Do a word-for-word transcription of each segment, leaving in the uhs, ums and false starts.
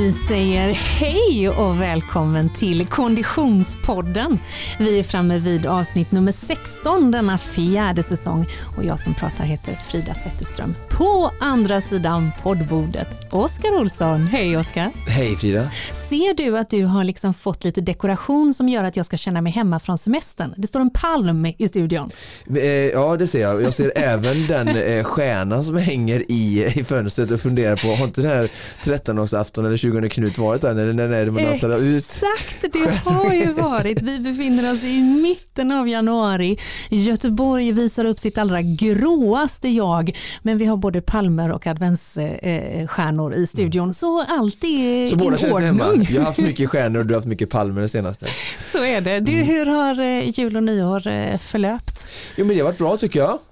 Vi säger hej och välkommen till Konditionspodden. Vi är framme vid avsnitt nummer sexton denna fjärde säsong och jag som pratar heter Frida Zetterström. På andra sidan poddbordet, Oskar Olsson. Hej Oskar. Hej Frida. Ser du att du har liksom fått lite dekoration som gör att jag ska känna mig hemma från semestern? Det står en palm i studion. Ja, det ser jag. Jag ser även den stjärnan som hänger i, i fönstret och funderar på, har inte den här trettonårsafton eller tjugonde Knut varit där? Eller när är det man dansar ut? Exakt, det har ju varit. Vi befinner oss i mitten av januari. Göteborg visar upp sitt allra gråaste jag. Men vi har både palmer och adventsstjärnor i studion. Så allt är Så båda känns hemma. ordning. Jag har haft mycket stjärnor och du har haft mycket palmer det senaste. Så är det. Du, hur har jul och nyår förlöpt? Jo, men det har varit bra tycker jag.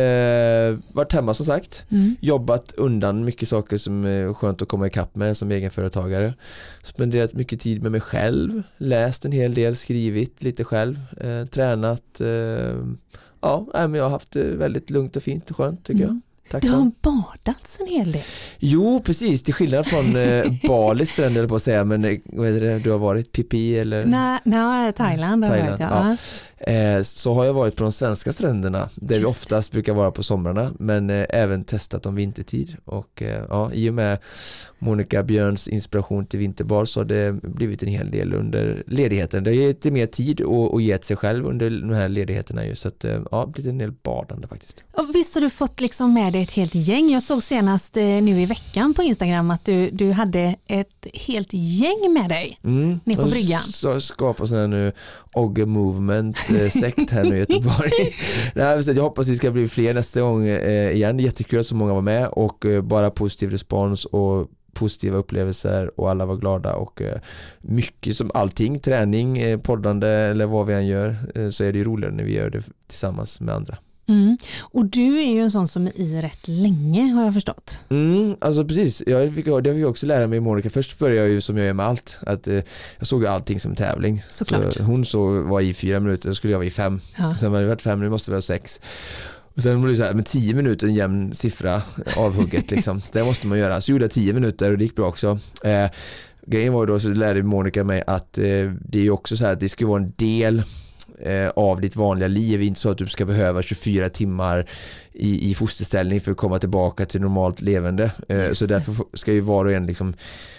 Eh, varit hemma som sagt, mm. jobbat undan mycket saker som är skönt att komma ikapp med som egenföretagare, spenderat mycket tid med mig själv, läst en hel del, skrivit lite själv, eh, tränat, eh, ja, men jag har haft det väldigt lugnt och fint och skönt tycker mm. jag. Tacksam. Du har badats en hel del. Jo, precis. Till skillnad från eh, Bali stränder eller på att säga, men eh, vad är det, du har varit Phi eller? Nej, nej Thailand har Thailand, varit, ja. ja. Eh, så har jag varit på de svenska stränderna där Just. vi oftast brukar vara på somrarna, men eh, även testat om vintertid och eh, ja, i och med Monica Björns inspiration till vinterbad så har det blivit en hel del under ledigheten. Det har gett mer tid och, och gett sig själv under de här ledigheterna ju, så att eh, ja, det blivit en del badande faktiskt. Och visst har du fått liksom med dig ett helt gäng. Jag såg senast eh, nu i veckan på Instagram att du, du hade ett helt gäng med dig mm. ner på och bryggan. Så skapar sådana här nu Ogge Movement eh, sekt här nu i Göteborg. Nej, jag hoppas det ska bli fler nästa gång eh, igen. Jättekul att så många var med och eh, bara positiv respons och positiva upplevelser och alla var glada och eh, mycket som allting, träning, eh, poddande eller vad vi än gör eh, så är det ju roligare när vi gör det tillsammans med andra. Mm. Och du är ju en sån som är i rätt länge har jag förstått. Mm, alltså precis, jag fick, det fick jag också lära mig i Monica. Först började jag ju som jag gör med allt, att eh, jag såg allting som tävling. Såklart. Så hon så var i fyra minuter, så skulle jag vara i fem. Ja. Sen var det varit fem, nu måste vi ha sex. Och sen blev det så här, med tio minuter en jämn siffra avhugget liksom. Det måste man göra. Så gjorde jag tio minuter och det gick bra också. Eh, grejen var då så lärde Monica mig att eh, det är ju också så här att det ska vara en del eh, av ditt vanliga liv. Inte så att du ska behöva tjugofyra timmar i, i fosterställning för att komma tillbaka till normalt levande. Eh, så därför ska ju var och en liksom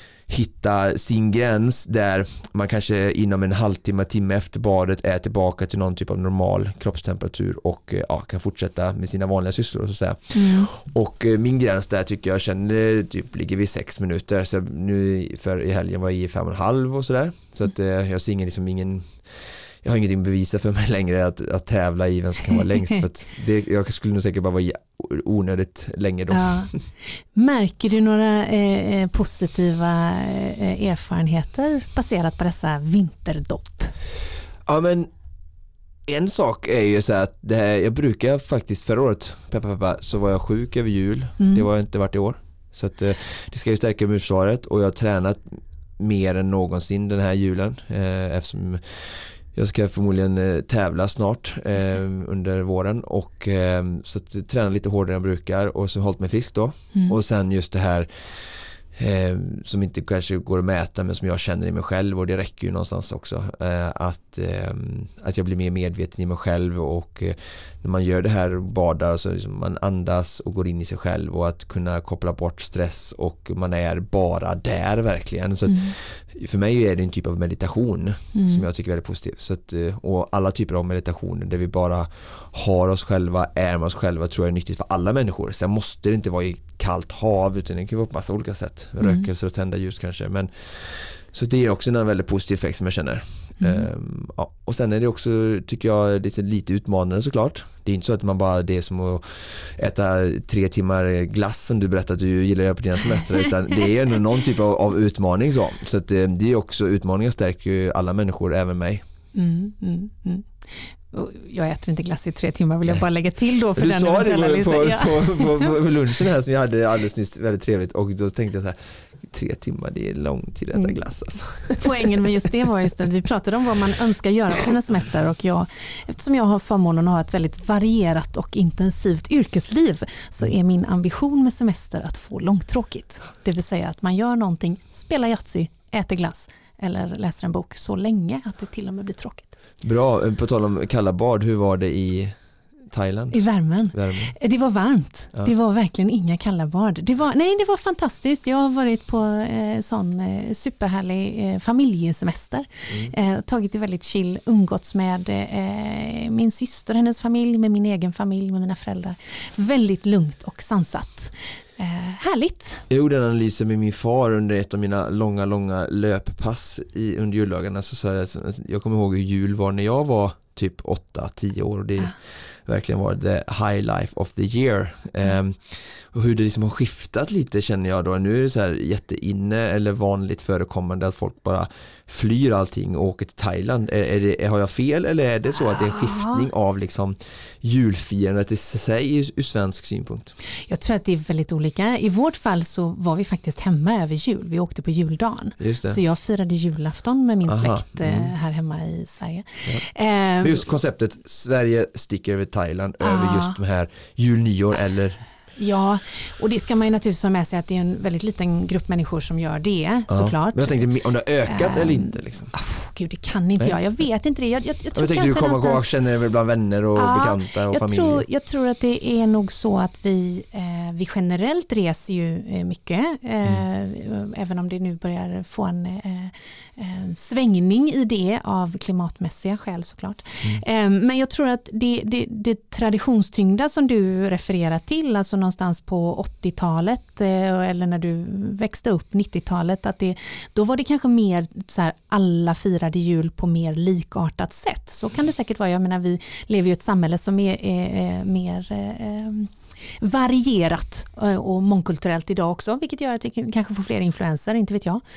hitta sin gräns där man kanske inom en halvtimme, timme efter badet är tillbaka till någon typ av normal kroppstemperatur och ja, kan fortsätta med sina vanliga sysslor så att säga. Mm. Och min gräns där tycker jag känner typ ligger vid sex minuter, så nu för i helgen var jag i fem och en halv och sådär, så att jag ser ingen, liksom ingen jag har ingenting att bevisa för mig längre att, att tävla i vem som kan vara längst, för att det, jag skulle nog säkert bara vara onödigt länge då. Ja. Märker du några eh, positiva eh, erfarenheter baserat på dessa vinterdopp? Ja, men en sak är ju så att det här, jag brukar faktiskt förra året peppa, peppa, så var jag sjuk över jul. Mm. Det var jag inte varit i år. Så att, eh, det ska ju stärka immunförsvaret och jag har tränat mer än någonsin den här julen eh, eftersom jag ska förmodligen eh, tävla snart eh, under våren och eh, så att träna lite hårdare än jag brukar och så hållit mig frisk då. Mm. Och sen just det här eh, som inte kanske går att mäta men som jag känner i mig själv, och det räcker ju någonstans också eh, att, eh, att jag blir mer medveten i mig själv och eh, när man gör det här badar så liksom man andas och går in i sig själv och att kunna koppla bort stress och man är bara där verkligen. Så att, mm. för mig är det en typ av meditation mm. som jag tycker är väldigt positiv. Så att, och alla typer av meditationer där vi bara har oss själva, är med oss själva, tror jag är nyttigt för alla människor. Sen måste det inte vara i kallt hav utan det kan vara på massa olika sätt. Mm. Rökelser och tända ljus kanske. Men, så det är också en väldigt positiv effekt som jag känner. Mm. Um, ja. Och sen är det också, tycker jag, lite, lite utmanande såklart. Det är inte så att man bara, det är som att äta tre timmar glass som du berättade att du gillar på dina semester, utan det är ju någon typ av, av utmaning så. Så att det, det är också, utmaningar stärker ju alla människor, även mig. Mm, mm, mm. Jag äter inte glass i tre timmar, vill jag bara lägga till då för du den sa det på, ja. på, på, på, på lunchen här som vi hade alldeles nyss, väldigt trevligt, och då tänkte jag så här, tre timmar, det är lång tid att äta glass alltså. Poängen med just det var just att vi pratade om vad man önskar göra på sina semestrar, och jag, eftersom jag har förmånen att ha ett väldigt varierat och intensivt yrkesliv, så är min ambition med semester att få långtråkigt. Det vill säga att man gör någonting, spelar Yatzy, äter glass eller läser en bok så länge att det till och med blir tråkigt. Bra, på tal om kalla bad, hur var det i Thailand? I värmen. värmen. Det var varmt. Ja. Det var verkligen inga kalla bad. Det var, nej, det var fantastiskt. Jag har varit på eh, sån eh, superhärlig eh, familjesemester. Mm. Eh, tagit det väldigt chill, umgåtts med eh, min syster, hennes familj, med min egen familj, med mina föräldrar. Väldigt lugnt och sansat. Eh, härligt. Jag gjorde en analys med min far under ett av mina långa, långa löppass i, under juldagarna. Så sa jag, jag kommer ihåg hur jul var när jag var typ åtta tio år, och det ja. verkligen var the high life of the year. Mm. Um, och hur det liksom har skiftat lite känner jag då. Nu är det så här jätteinne eller vanligt förekommande att folk bara flyr allting och åker till Thailand. Är, är det, har jag fel, eller är det så att det är en skiftning av liksom julfirandet i sig ur svensk synpunkt? Jag tror att det är väldigt olika. I vårt fall så var vi faktiskt hemma över jul. Vi åkte på juldagen. Så jag firade julafton med min Aha. släkt mm. här hemma i Sverige. Ja. Eh, just konceptet Sverige sticker över Thailand ah. över just de här jul-nyår eller... Ja, och det ska man ju naturligtvis ha med sig att det är en väldigt liten grupp människor som gör det, ja. såklart. Men jag tänkte om det har ökat um, eller inte? Liksom. Oh, gud, det kan inte Nej. jag. Jag vet inte det. Jag, jag, jag, tror jag tänkte du kommer någonstans... gå och känner väl bland vänner och ja, bekanta och jag familj. Tror, jag tror att det är nog så att vi, eh, vi generellt reser ju eh, mycket. Eh, mm. Även om det nu börjar få en eh, eh, svängning i det av klimatmässiga skäl såklart. Mm. Eh, men jag tror att det, det, det traditionstyngda som du refererar till, alltså någonstans på åttiotalet eller när du växte upp nittiotalet, att det, då var det kanske mer så här, alla firade jul på mer likartat sätt. Så kan det säkert vara. Jag menar, vi lever ju i ett samhälle som är, är, är mer eh, varierat och mångkulturellt idag också, vilket gör att vi kanske får fler influenser, inte vet jag.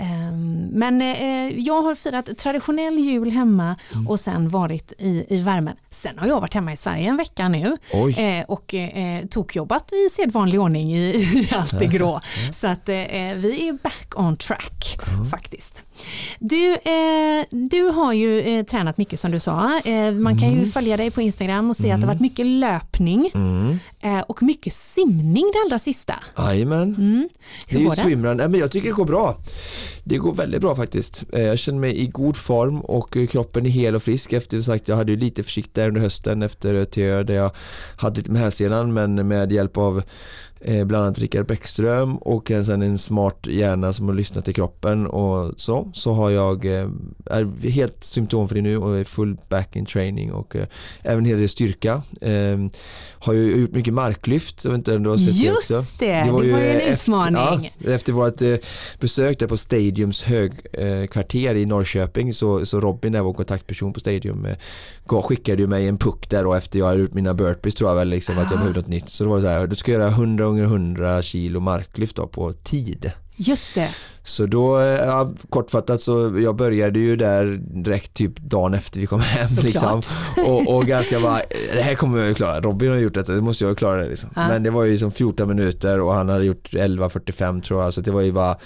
Mm. Men jag har firat traditionell jul hemma mm. och sen varit i, i värmen. Sen har jag varit hemma i Sverige en vecka nu Oj. och tokjobbat i sedvanlig ordning i, i allt det grå. Ja. Så att vi är back on track mm. faktiskt. Du, eh, du har ju eh, tränat mycket som du sa. Eh, man kan ju mm. följa dig på Instagram och se mm. att det har varit mycket löpning mm. eh, och mycket simning det allra sista. Jajamän. Mm. Det är ju swimrun. Ja, men jag tycker det går bra. Det går väldigt bra faktiskt. Eh, jag känner mig i god form och kroppen är hel och frisk. Efter sagt, jag hade ju lite försiktigt under hösten efter ÖTÖ där jag hade lite med hälsenan, men med hjälp av Eh, bland annat Rickard Bäckström och sen en smart hjärna som har lyssnat till kroppen och så, så har jag eh, är helt symptomfri nu och är full back in training och eh, även hel del styrka. Eh, har ju gjort mycket marklyft, jag vet inte om du har sett Just det också. det, det var, det var ju en utmaning. Efter, ja, efter vårt eh, besök där på Stadiums högkvarter eh, i Norrköping, så, så Robin där var kontaktperson på Stadium eh, gav, skickade ju mig en puck där och efter jag hade gjort mina burpees tror jag väl liksom, ah. att jag behövde något nytt. Så det var så här, du ska göra hundra gånger hundra kilo marklyft då på tid. Just det. Så då, ja, kortfattat så jag började ju där direkt typ dagen efter vi kom hem liksom. och, och ganska bara, det här kommer jag klara. Robin har gjort detta, det måste jag klara det liksom. Ja. Men det var ju som fjorton minuter och han hade gjort elva fyrtiofem tror jag, så det var ju bara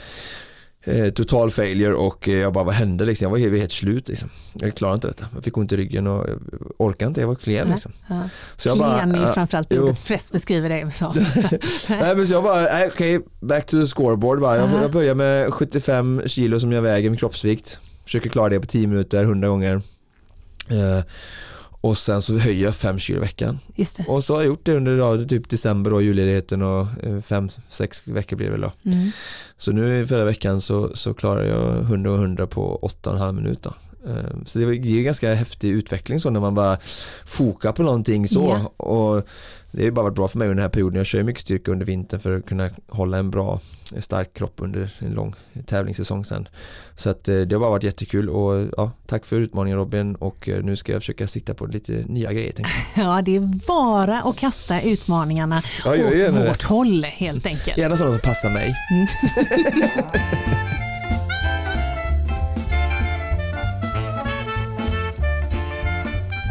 Eh, total failure och eh, jag bara, vad hände liksom? Jag var helt, helt slut liksom. Jag klarade inte detta. Jag fick ont i ryggen och orkade inte, jag var klen liksom. Ja. Så jag bara, klen är äh, framförallt ordet flest beskriver det så. Nej, men så jag bara, okej, okay, back to the scoreboard bara. Jag, jag börjar med sjuttiofem kilo som jag väger med kroppsvikt. Försöker klara det på tio minuter, hundra gånger. Eh, Och sen så höjer jag fem kilo i veckan. Just det. Och så har jag gjort det under då, typ december och julledigheten och fem, sex veckor blir det väl då. Mm. Så nu förra veckan så, så klarar jag hundra och hundra på åtta och en halv minut då. Så det är ju ganska häftig utveckling så när man bara fokar på någonting så. Yeah. Och det har ju bara varit bra för mig under den här perioden. Jag kör mycket styrka under vintern för att kunna hålla en bra, stark kropp under en lång tävlingssäsong sen. Så att det har bara varit jättekul och ja, tack för utmaningen Robin, och nu ska jag försöka sitta på lite nya grejer. Ja, det är bara att kasta utmaningarna ja, åt vårt det. håll helt enkelt. Gärna sådana som passar mig. Mm.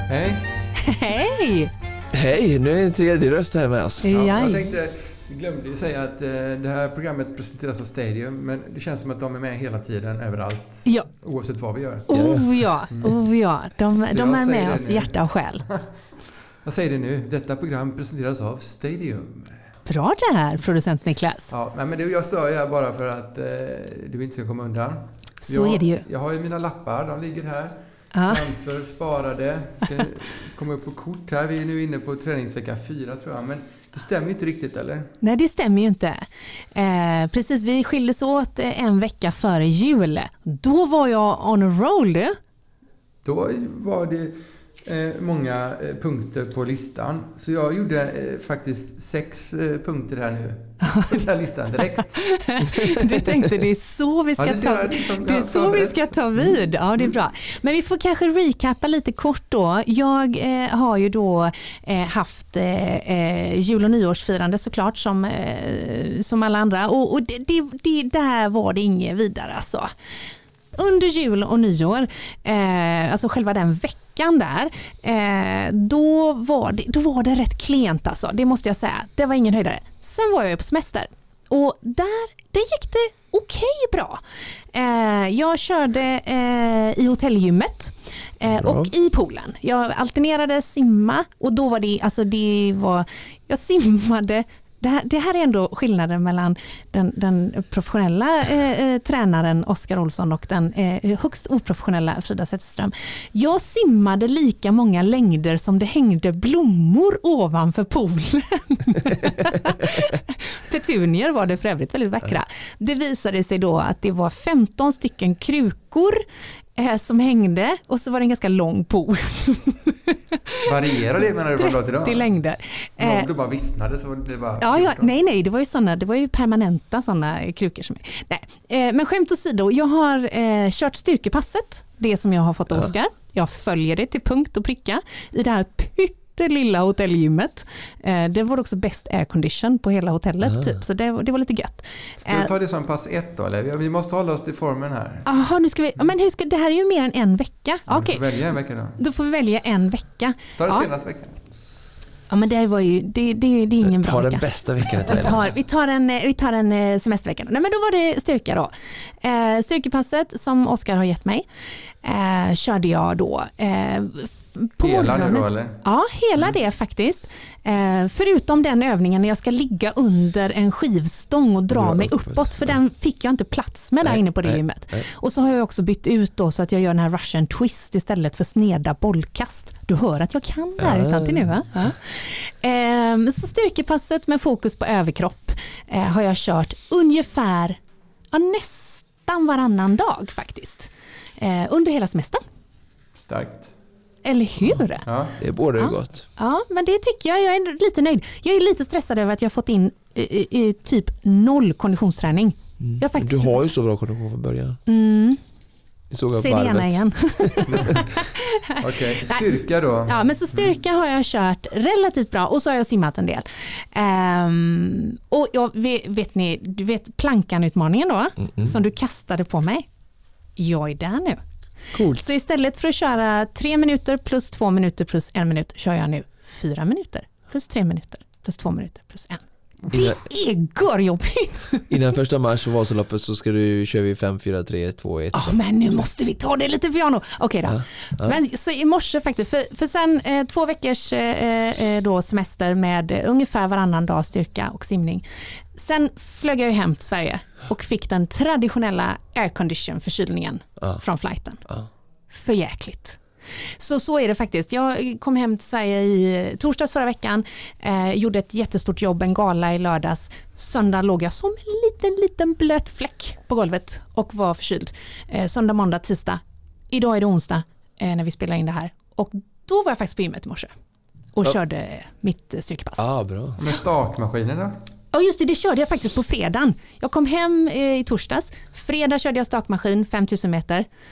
Hej. Hej! Hej, nu är en tredje röst här med oss. Ja, Jaj. jag tänkte, vi glömde ju säga att eh, det här programmet presenteras av Stadium, men det känns som att de är med hela tiden, överallt, Ja. oavsett vad vi gör. Oh ja, oh ja. De, Så de jag är säger med det oss i nu. hjärta och själ. Jag säger det nu, detta program presenteras av Stadium. Bra där, producent Niklas. Ja, men det jag stör ju här bara för att eh, du inte ska komma undan. Så jag, är det ju. Jag har ju mina lappar, de ligger här. Ja. Framför, sparade. Ska komma upp på kort här. Vi är nu inne på träningsvecka fyra tror jag. Men det stämmer ju inte riktigt, eller? Nej, det stämmer ju inte. Eh, precis, vi skildes åt en vecka före jul. Då var jag on a roll, du. Då var det eh, många eh, punkter på listan. Så jag gjorde eh, faktiskt sex eh, punkter här nu. Den här listan direkt. Du tänkte det är så vi ska, Ja, det ser ta, jag liksom, det är jag så vi förberett. ska ta vid. Ja, det är bra. Men vi får kanske recappa lite kort då. Jag eh, har ju då eh, haft eh, eh, jul- och nyårsfirande såklart som, eh, som alla andra. Och, och det, det, det, där var det inget vidare alltså. Under jul och nyår, eh, alltså själva den veckan där, eh, då, var det, då var det rätt klent alltså. Det måste jag säga. Det var ingen höjdare. Sen var jag ju på semester. Och där, det gick det okej bra. Eh, jag körde eh, i hotellgymmet eh, och i poolen. Jag alternerade simma och då var det, alltså det var, jag simmade. Det här, det här är ändå skillnaden mellan den, den professionella eh, tränaren Oskar Olsson och den eh, högst oprofessionella Frida Zetterström. Jag simmade lika många längder som det hängde blommor ovanför poolen. Petunier var det för övrigt väldigt vackra. Det visade sig då att det var femton stycken krukor eh, som hängde och så var det en ganska lång pool. Varierar det menar du från dag till dag? trettio längder. Om det bara vissnade så var det bara... Ja, ja, nej, nej, det var ju såna, det var ju permanenta sådana krukor som nej. Eh, men skämt åsido, jag har eh, kört styrkepasset, det som jag har fått av Ja. Oskar. Jag följer det till punkt och pricka i det här pyttelilla hotellgymmet. Eh, det var också best aircondition på hela hotellet Ja. typ, så det, det var lite gött. Ska vi ta det som pass ett då, eller? Vi måste hålla oss till formen här. Jaha, nu ska vi, men hur ska, det här är ju mer än en vecka. Vi Okej, får välja en vecka då. då får vi välja en vecka. Ta det Ja. senaste veckan. Ja, men det var ju, det, det, det är ingen bra Ta vecka. den bästa veckan. Vi tar, vi tar en, vi tar en eh, semestervecka. Nej, men då var det styrka då. Eh, styrkepasset som Oskar har gett mig eh, körde jag då eh, f- på Hela nu morgonen. då, eller? Ja, hela det faktiskt. Eh, förutom den övningen när jag ska ligga under en skivstång och dra Dra mig uppåt, uppåt. För ja. den fick jag inte plats med där Nej, inne på det nej, gymmet. nej. Och så har jag också bytt ut då så att jag gör den här Russian twist istället för sneda bollkast. Du hör att jag kan det här Ja. utan till nu va? Ja. Eh, så styrkepasset med fokus på överkropp eh, har jag kört ungefär ja, nästan varannan dag faktiskt. Eh, under hela semestern. Starkt. Eller hur? Ja. Det borde ju Ja. gott. Ja, men det tycker jag. Jag är lite nöjd. Jag är lite stressad över att jag har fått in eh, eh, typ noll konditionsträning. Mm. Jag faktiskt- Du har ju så bra kondition från början. Mm, Det såg jag säg det gärna varvet. igen. Okej, styrka då. Ja, men så styrka har jag kört relativt bra och så har jag simmat en del. Ehm, och jag, vet, vet ni, du vet plankanutmaningen då Mm-mm. som du kastade på mig? Jag är där nu. Coolt. Så istället för att köra tre minuter plus två minuter plus en minut kör jag nu fyra minuter plus tre minuter plus två minuter plus en. Det Innan, är görjobbigt. innan första mars och Vasaloppet så ska du kör vi fem, fyra, tre, två, ett. Ja, men nu måste vi ta det lite piano. Okej då. Ja, ja. Men så i morse faktiskt, för, för sen eh, två veckors eh, eh, då semester med eh, ungefär varannan dag styrka och simning. Sen flög jag ju hem till Sverige och fick den traditionella aircondition förkylningen Ja. från flighten. Ja. För jäkligt. Så så är det faktiskt. Jag kom hem till Sverige i torsdags förra veckan, eh, gjorde ett jättestort jobb, en gala i lördags. Söndag låg jag som en liten, liten blöt fläck på golvet och var förkyld. Eh, söndag, måndag, tisdag. Idag är det onsdag eh, när vi spelar in det här. Och då var jag faktiskt på gymmet i morse och Ja. körde mitt eh, styrkepass. Ah, bra. Med stakmaskinen då? Ja just det, det körde jag faktiskt på fredagen. Jag kom hem eh, i torsdags. Fredag körde jag stakmaskin, femtusen meter.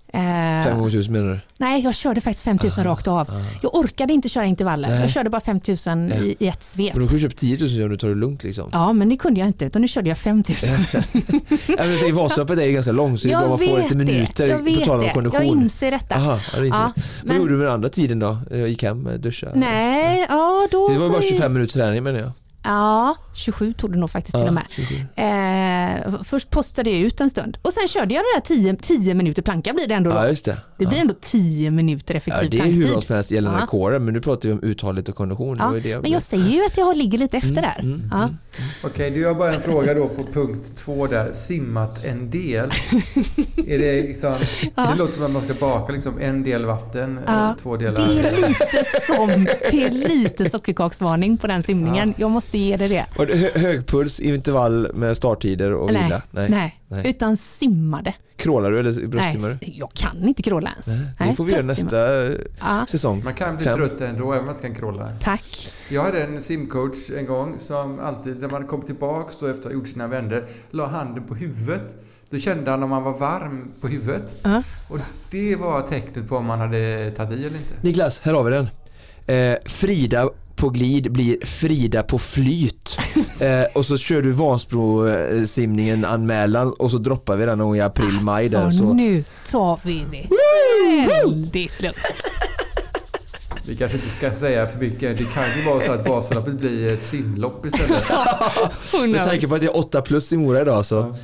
Eh, fem tusen menar du? Nej, jag körde faktiskt fem tusen ah, rakt av. Ah. Jag orkade inte köra intervaller. Nej. Jag körde bara fem tusen i, i ett svep. Men du kunde köpa tio tusen och du tar det lugnt liksom. Ja, men det kunde jag inte, utan nu körde jag fem tusen. I Vasaloppet är ju ganska långt, så det är bara man får lite minuter jag vet på tal om kondition. Jag inser detta. Aha, jag inser ja, det. Vad gjorde du med den andra tiden då? Jag gick hem, duscha. Nej, ja då... Det var bara tjugofem minuters träning menar jag. Ja, tjugosju tog det nog faktiskt ja, till och med. Eh, först postade jag ut en stund och sen körde jag det där tio minuter planka blir det ändå. Ja, just det. Det blir ja. ändå tio minuter effektiv planktid. Ja, det är planktid. hur som helst gällande ja. kåren, men nu pratar vi om uthållighet och kondition. Ja, det det jag men jag säger ju att jag ligger lite efter mm, där. Mm, ja. mm, Okej, du har bara en fråga då på punkt två där. Simmat en del. är det liksom, ja. det låter som att man ska baka liksom en del vatten, ja. två delar. Det är lite som, det är lite sockerkaksvarning på den simningen. Ja. Jag måste ge dig det. Och hög puls, intervall med starttider och nej, vila? Nej, nej, nej, utan simmade. Krålar du eller bröstsimmar du? Nej, jag kan inte kråla ens. Nej, det får vi göra nästa ja. säsong. Man kan bli Fem. trött ändå även om man inte kan kråla. Tack. Jag hade en simcoach en gång som alltid, när man kom tillbaka då efter att ha gjort sina vändor, la handen på huvudet. Då kände han om man var varm på huvudet. Uh-huh. Och det var tecknet på om man hade tagit i eller inte. Niklas, här har vi den. Eh, Frida på glid blir Frida på flyt. eh, och så kör du Vansbro-simningen anmälan och så droppar vi den någon i april, alltså, maj där. Så nu tar vi det väldigt lugnt. Vi kanske inte ska säga för mycket. Det kan ju vara så att Vasaloppet blir ett simlopp istället. Jag tänker på att det är åtta plus i Mora idag så. Ja.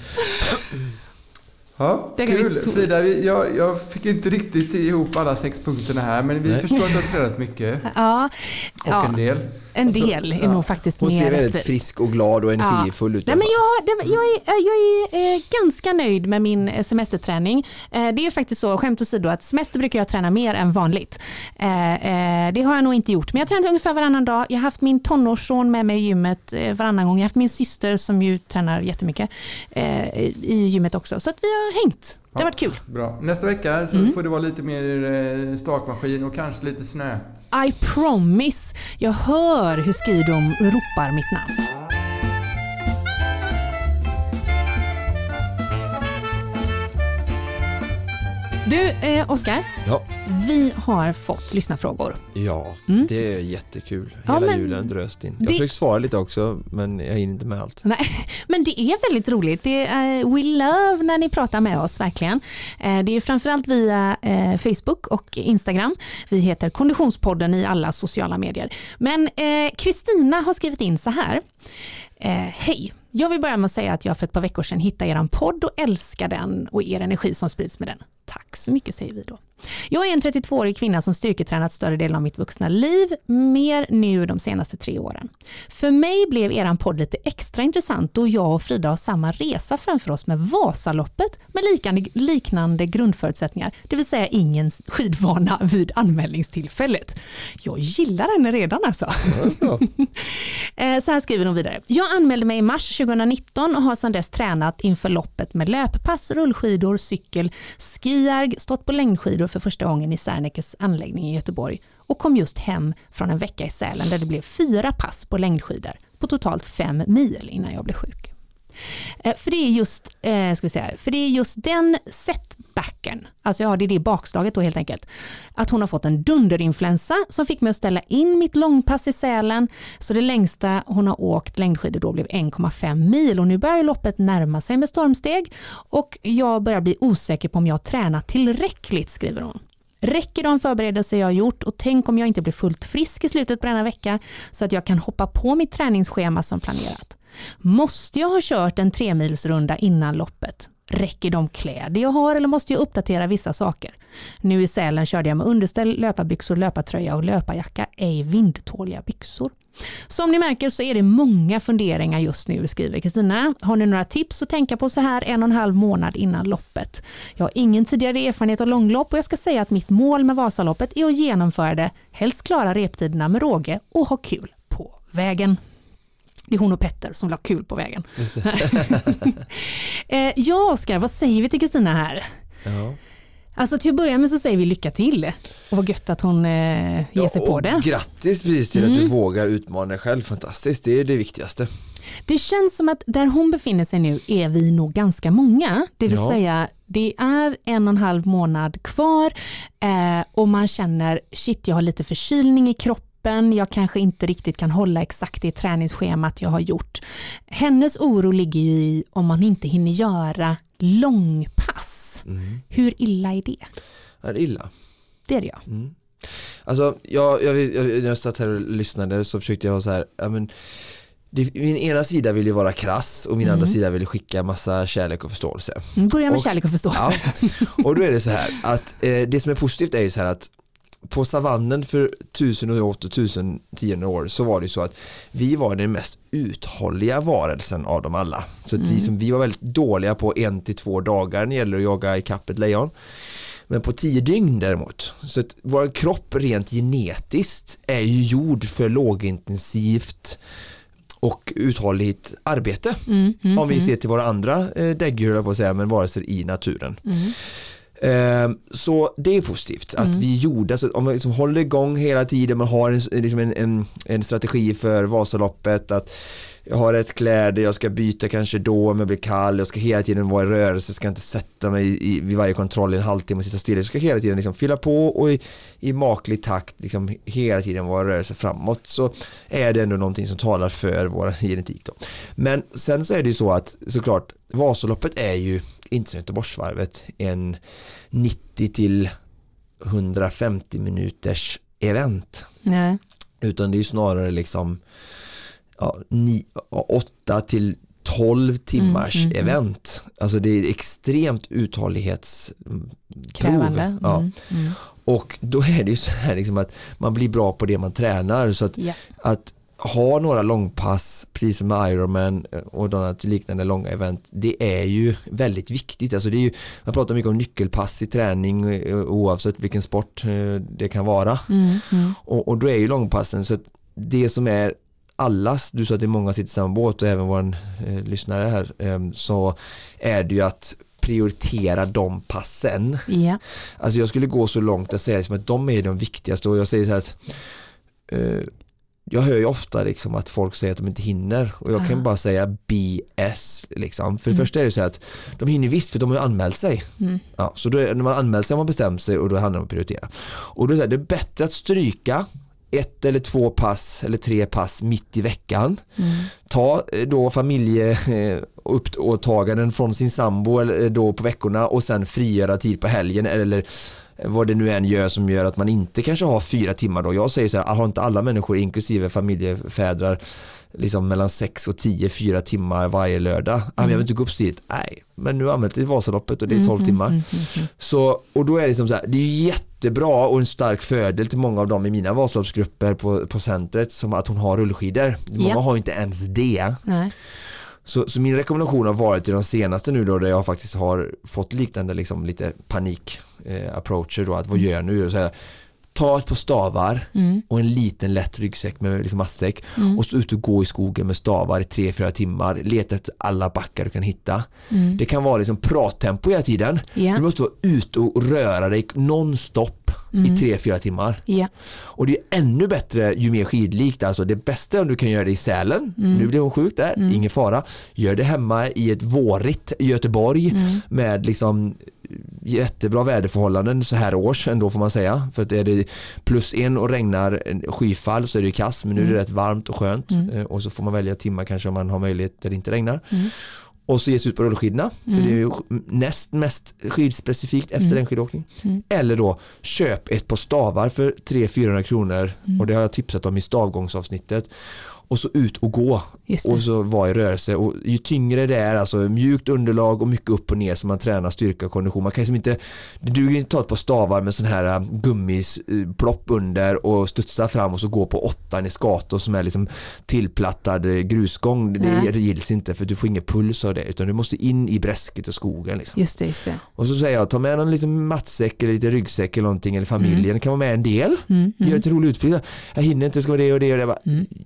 Ja, kul. Frida, jag, jag fick inte riktigt ihop alla sex punkterna här, men vi Nej. förstår att du har tränat mycket. Ja, och ja. en del. En del är ja. nog faktiskt Hon mer ser väldigt rättvis. frisk och glad och energifull ut. Nej, men jag, det, jag är, jag är eh, ganska nöjd med min semesterträning. Eh, det är ju faktiskt så, skämt åsido, att semester brukar jag träna mer än vanligt. Eh, eh, det har jag nog inte gjort, men jag tränar ungefär varannan dag. Jag har haft min tonårsson med mig i gymmet eh, varannan gång. Jag har haft min syster som ju tränar jättemycket eh, i gymmet också. Så att vi har hängt. Det har varit kul. Bra. Nästa vecka så mm. får det vara lite mer stakmaskin och kanske lite snö. I promise. Jag hör hur Skidom ropar mitt namn. Du, eh, Oskar. Ja. Vi har fått lyssnarfrågor. Ja, mm. det är jättekul. Hela ja, men julen dröst in. Jag det... försöker svara lite också, men jag hinner inte med allt. Nej, men det är väldigt roligt. Det är, uh, we love när ni pratar med oss, verkligen. Uh, det är framförallt via uh, Facebook och Instagram. Vi heter Konditionspodden i alla sociala medier. Men Kristina uh, har skrivit in så här. Uh, Hej. Jag vill börja med att säga att jag för ett par veckor sedan hittade er podd och älskar den och er energi som sprids med den. Tack så mycket, säger vi då. Jag är en trettiotvåårig kvinna som styrketränat större delen av mitt vuxna liv, mer nu de senaste tre åren. För mig blev eran podd lite extra intressant då jag och Frida har samma resa framför oss med Vasaloppet med liknande, liknande grundförutsättningar, det vill säga ingen skidvana vid anmälningstillfället. Jag gillar henne redan alltså. Ja. Så här skriver hon vidare. Jag anmälde mig i mars tjugonitton och har sedan dess tränat inför loppet med löppass, rullskidor, cykel, skijärg, stått på längdskidor för första gången i Särnekes anläggning i Göteborg och kom just hem från en vecka i Sälen där det blev fyra pass på längdskidor på totalt fem mil innan jag blev sjuk. För det är just, eh, ska vi säga, för det är just den setbacken, alltså ja, det är det bakslaget då helt enkelt, att hon har fått en dunderinfluensa som fick mig att ställa in mitt långpass i Sälen, så det längsta hon har åkt längdskidor då blev en komma fem mil och nu börjar loppet närma sig med stormsteg och jag börjar bli osäker på om jag tränat tillräckligt, skriver hon. Räcker de förberedelser jag har gjort och tänk om jag inte blir fullt frisk i slutet på denna vecka så att jag kan hoppa på mitt träningsschema som planerat. Måste jag ha kört en tremilsrunda innan loppet? Räcker de kläder jag har eller måste jag uppdatera vissa saker? Nu i Sälen körde jag med underställ, löparbyxor, löpartröja och löparjacka, ej vindtåliga byxor. Som ni märker så är det många funderingar just nu, skriver Kristina. Har ni några tips att tänka på så här en och en halv månad innan loppet? Jag har ingen tidigare erfarenhet av långlopp och jag ska säga att mitt mål med Vasaloppet är att genomföra det, helst klara reptiderna med råge och ha kul på vägen. Det är hon och Petter som la kul på vägen. Ja, Oskar, vad säger vi till Kristina här? Ja. Alltså till att börja med så säger vi lycka till och vad gött att hon eh, ger ja, sig på det. Grattis precis till mm. att du vågar utmana dig själv, fantastiskt, det är det viktigaste. Det känns som att där hon befinner sig nu är vi nog ganska många, det vill ja. säga det är en och en halv månad kvar eh, och man känner shit jag har lite förkylning i kroppen, jag kanske inte riktigt kan hålla exakt det träningsschemat jag har gjort. Hennes oro ligger ju i om man inte hinner göra långpass. Mm. Hur illa är det? Är det illa? Det är det ja. Mm. Alltså jag, jag, jag, när jag satt här och lyssnade så försökte jag ha så här, ja men det, min ena sida vill ju vara krass och min mm. andra sida vill skicka massa kärlek och förståelse. Mm, börja med och, kärlek och förståelse. Ja, och då är det så här att eh, det som är positivt är ju så här att på savannen för tusen och tusen tio år så var det så att vi var den mest uthålliga varelsen av dem alla. Så att mm. vi, som, vi var väldigt dåliga på en till två dagar när det gäller att jaga i kappet lejon. Men på tio dygn däremot. Så att vår kropp rent genetiskt är ju gjord för lågintensivt och uthålligt arbete. Mm, mm, om vi ser till våra andra eh, däggdjur på att säga, men varelser i naturen. Mm. Eh, så det är positivt att mm. vi gjorde, alltså, om man liksom håller igång hela tiden, man har en, liksom en, en, en strategi för Vasaloppet, att jag har rätt kläder, jag ska byta kanske då om jag blir kall, jag ska hela tiden vara i rörelse, jag ska inte sätta mig i, vid varje kontroll i en halvtimme och sitta stilla, jag ska hela tiden liksom fylla på och i, i maklig takt liksom hela tiden vara i rörelse framåt, så är det ändå någonting som talar för vår genetik då. Men sen så är det ju så att såklart Vasaloppet är ju inte som Göteborgsvarvet en nittio till hundrafemtio minuters event. Nej. Utan det är ju snarare liksom ja, åtta till tolv timmars mm, mm, event. Alltså det är extremt uthållighetsprov. Krävande. Ja. Mm, mm. Och då är det ju så här liksom att man blir bra på det man tränar, så att, yeah. att ha några långpass precis som med Ironman och något liknande långa event, det är ju väldigt viktigt. Alltså det är ju, man pratar mycket om nyckelpass i träning oavsett vilken sport det kan vara. Mm, mm. Och, och då är ju långpassen, så att det som är allas, du sa att det är många sitter i samma båt och även vår eh, lyssnare här, eh, så är det ju att prioritera de passen. Yeah. Alltså jag skulle gå så långt att säga som att de är de viktigaste, och jag säger så här att eh, jag hör ju ofta liksom att folk säger att de inte hinner, och jag uh-huh. kan bara säga B S liksom. För det mm. första är det så här att de hinner visst, för de har ju anmält sig. Mm. Ja, så då, när man anmält sig har man bestämt sig, och då handlar det om att prioritera. Och då är det, så här, det är bättre att stryka ett eller två pass eller tre pass mitt i veckan. Mm. Ta då familjeåtaganden från sin sambo eller då på veckorna, och sen frigöra tid på helgen eller vad det nu än gör som gör att man inte kanske har fyra timmar då. Jag säger så här, har inte alla människor inklusive familjefädrar liksom mellan sex och tio, fyra timmar varje lördag. Mm. Ah, jag vill inte gå upp sitt. Nej, men nu har jag använt det i Vasaloppet och det är tolv mm, timmar. Mm, mm, mm. Så, och då är det liksom så här, det är jättebra och en stark fördel till många av dem i mina Vasaloppsgrupper på, på centret, som att hon har rullskidor. Många yeah. har ju inte ens det. Nej. Så, så min rekommendation har varit till de senaste nu då, där jag faktiskt har fått liknande liksom lite panik eh, approacher då, att vad gör jag nu? Så här, ta ett par stavar mm. och en liten lätt ryggsäck med liksom matsäck mm. och så ut och gå i skogen med stavar i tre, fyra timmar. Leta efter alla backar du kan hitta. Mm. Det kan vara liksom prattempo hela tiden. Yeah. Du måste vara ute och röra dig nonstop mm. i tre, fyra timmar. Yeah. Och det är ännu bättre ju mer skidlikt. Alltså det bästa om du kan göra det i Sälen. Mm. Nu blir hon sjuk där, mm. ingen fara. Gör det hemma i ett vårigt Göteborg mm. med liksom jättebra väderförhållanden så här års ändå, får man säga, för att är det plus en och regnar skyfall så är det ju kass, men nu är det mm. rätt varmt och skönt mm. och så får man välja timmar kanske om man har möjlighet där det inte regnar mm. och så ges ut på rullskidorna mm. för det är ju näst mest skidspecifikt efter mm. en skidåkning mm. eller då köp ett par stavar för tre till fyrahundra kronor mm. och det har jag tipsat om i stavgångsavsnittet. Och så ut och gå och så vara i rörelse, och ju tyngre det är, alltså mjukt underlag och mycket upp och ner, som man tränar styrka och kondition. Man kan liksom inte, det duger inte ta ett par stavar med sån här gummisplopp under och studsa fram och så gå på åttan i skator som är liksom tillplattad grusgång. Det, det gills inte, för du får ingen puls av det, utan du måste in i bräsket och skogen liksom. Just det, just det. Och så säger jag, ta med någon liksom matsäck eller lite ryggsäck eller någonting, eller familjen mm. kan vara med en del. Mm, mm. Gör ett roligt utflykt. Jag hinner inte, ska vara det och det och det. Bara, mm.